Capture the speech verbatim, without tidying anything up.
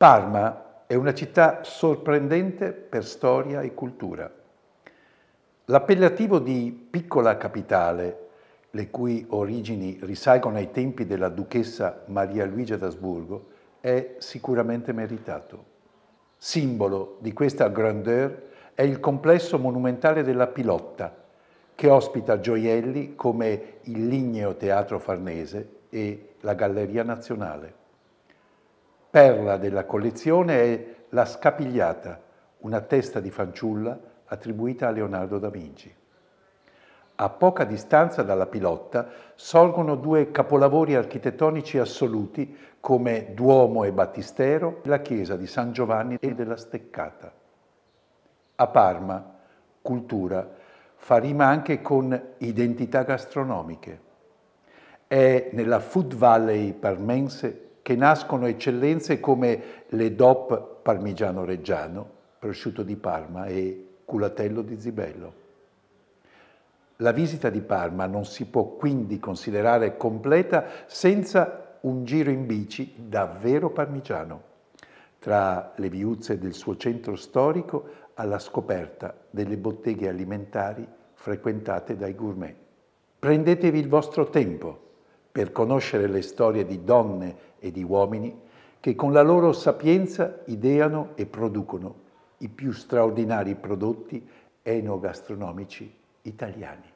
Parma è una città sorprendente per storia e cultura. L'appellativo di piccola capitale, le cui origini risalgono ai tempi della duchessa Maria Luigia d'Asburgo, è sicuramente meritato. Simbolo di questa grandeur è il complesso monumentale della Pilotta, che ospita gioielli come il Ligneo Teatro Farnese e la Galleria Nazionale. Perla della collezione è la Scapigliata, una testa di fanciulla attribuita a Leonardo da Vinci. A poca distanza dalla Pilotta sorgono due capolavori architettonici assoluti come Duomo e Battistero e la chiesa di San Giovanni e della Steccata. A Parma, cultura fa rima anche con identità gastronomiche. È nella Food Valley parmense che nascono eccellenze come le D O P Parmigiano Reggiano, prosciutto di Parma e culatello di Zibello. La visita di Parma non si può quindi considerare completa senza un giro in bici davvero parmigiano, tra le viuzze del suo centro storico alla scoperta delle botteghe alimentari frequentate dai gourmet. Prendetevi il vostro tempo per conoscere le storie di donne e di uomini che con la loro sapienza ideano e producono i più straordinari prodotti enogastronomici italiani.